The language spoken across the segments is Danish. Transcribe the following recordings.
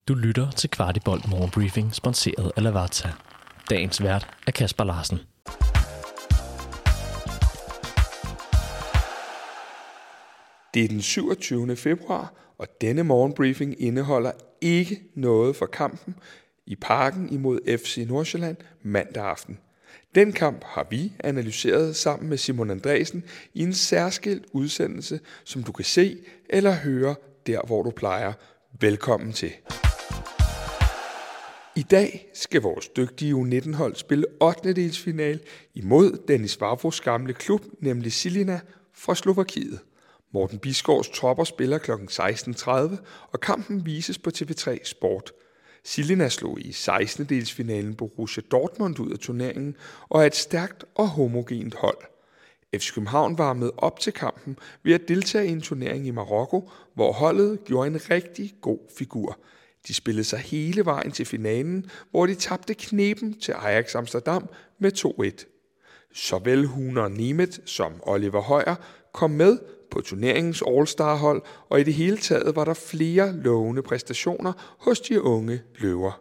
Du lytter til Kvartibolt Morgenbriefing, sponsoreret af Lavazza. Dagens vært er Kasper Larsen. Det er den 27. februar, og denne morgenbriefing indeholder ikke noget for kampen i Parken imod FC Nordsjælland mandag aften. Den kamp har vi analyseret sammen med Simon Andresen i en særskilt udsendelse, som du kan se eller høre der, hvor du plejer. Velkommen til. I dag skal vores dygtige U19-hold spille 8. final imod Denis Vavros gamle klub, nemlig Žilina fra Slovakiet. Morten Bisgaards tropper spiller kl. 16.30, og kampen vises på TV3 Sport. Žilina slog i 16. finalen Borussia Dortmund ud af turneringen og er et stærkt og homogent hold. FC København varmede op til kampen ved at deltage i en turnering i Marokko, hvor holdet gjorde en rigtig god figur. De spillede sig hele vejen til finalen, hvor de tabte knepen til Ajax Amsterdam med 2-1. Såvel Huner Nemeth som Oliver Højer kom med på turneringens All-Star-hold, og i det hele taget var der flere lovende præstationer hos de unge løver.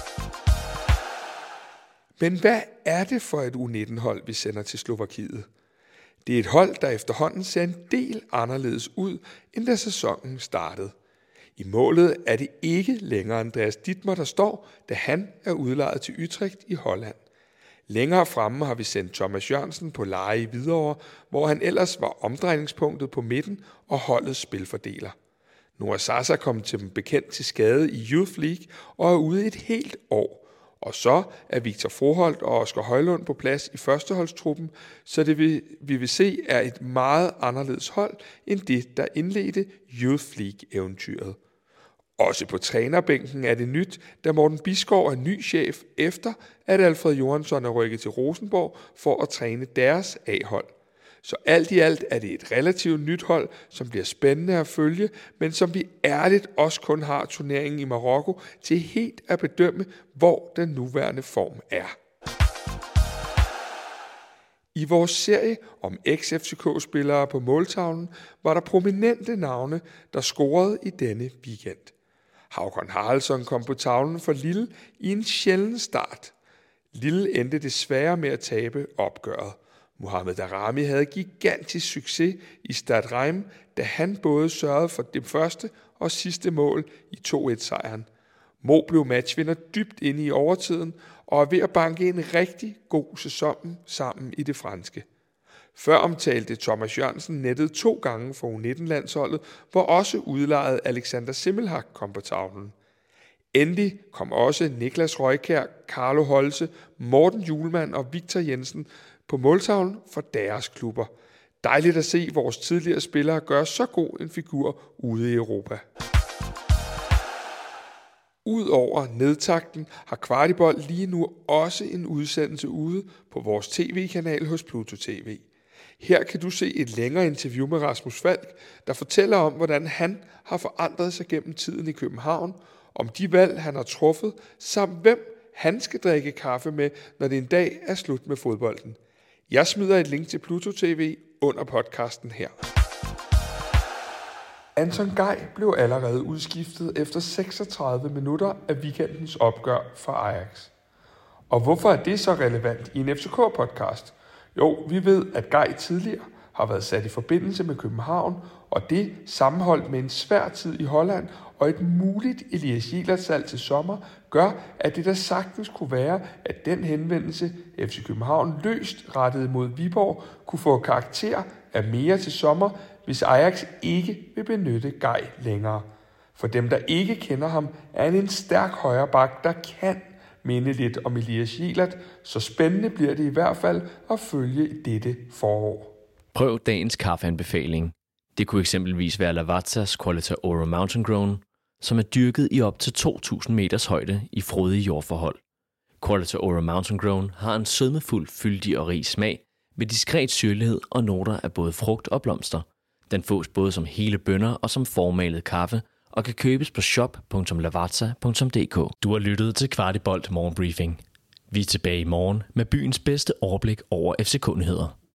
Men hvad er det for et U19-hold, vi sender til Slovakiet? Det er et hold, der efterhånden ser en del anderledes ud, end da sæsonen startede. I målet er det ikke længere Andreas Dittmer, der står, da han er udlejet til Utrecht i Holland. Længere fremme har vi sendt Thomas Jørgensen på leje i Hvidovre, hvor han ellers var omdrejningspunktet på midten og holdets spilfordeler. Noah Sasa kom til dem bekendt til skade i Youth League og er ude et helt år. Og så er Victor Froholt og Oscar Højlund på plads i førsteholdstruppen, så det vi vil se er et meget anderledes hold end det, der indledte Youth League-eventyret. Også på trænerbænken er det nyt, da Morten Bisgaard er ny chef, efter at Alfred Johansson er rykket til Rosenborg for at træne deres A-hold. Så alt i alt er det et relativt nyt hold, som bliver spændende at følge, men som vi ærligt også kun har turneringen i Marokko til helt at bedømme, hvor den nuværende form er. I vores serie om ex-FCK-spillere på måltavlen var der prominente navne, der scorede i denne weekend. Håkon Haraldsson kom på tavlen for Lille i en sjælden start. Lille endte desværre med at tabe opgøret. Mohamed Daramy havde gigantisk succes i Stade Reims, da han både sørgede for det første og sidste mål i 2-1-sejren. Mo blev matchvinder dybt inde i overtiden og er ved at banke en rigtig god sæson sammen i det franske. Før omtalte Thomas Jørgensen nettet 2 gange for U19-landsholdet, hvor også udlejet Alexander Simmelhag kom på tavlen. Endelig kom også Niklas Røykjær, Carlo Holse, Morten Hjulmand og Victor Jensen på måltavlen for deres klubber. Dejligt at se vores tidligere spillere gøre så god en figur ude i Europa. Udover nedtakten har Kvartibolt lige nu også en udsendelse ude på vores tv-kanal hos Pluto TV. Her kan du se et længere interview med Rasmus Falk, der fortæller om, hvordan han har forandret sig gennem tiden i København, om de valg, han har truffet, samt hvem han skal drikke kaffe med, når det en dag er slut med fodbolden. Jeg smider et link til Pluto TV under podcasten her. Anton Gej blev allerede udskiftet efter 36 minutter af weekendens opgør for Ajax. Og hvorfor er det så relevant i en FCK-podcast? Jo, vi ved, at Gej tidligere har været sat i forbindelse med København, og det sammenholdt med en svær tid i Holland og et muligt Elias Jielert-salg til sommer, gør, at det der sagtens kunne være, at den henvendelse FC København løst rettet mod Viborg kunne få karakter af mere til sommer, hvis Ajax ikke vil benytte Gej længere. For dem, der ikke kender ham, er han en stærk højreback, der kan minde lidt om Elias Jielert, så spændende bliver det i hvert fald at følge dette forår. Prøv dagens kaffeanbefaling. Det kunne eksempelvis være Lavazzas Qualita Oro Mountain Grown, som er dyrket i op til 2.000 meters højde i frodige jordforhold. Qualita Oro Mountain Grown har en sødmefuld, fyldig og rig smag, med diskret syrlighed og noter af både frugt og blomster. Den fås både som hele bønner og som formalet kaffe, og kan købes på shop.lavazza.dk. Du har lyttet til Kvartibolt Morgenbriefing. Vi er tilbage i morgen med byens bedste overblik over FCK-nyheder.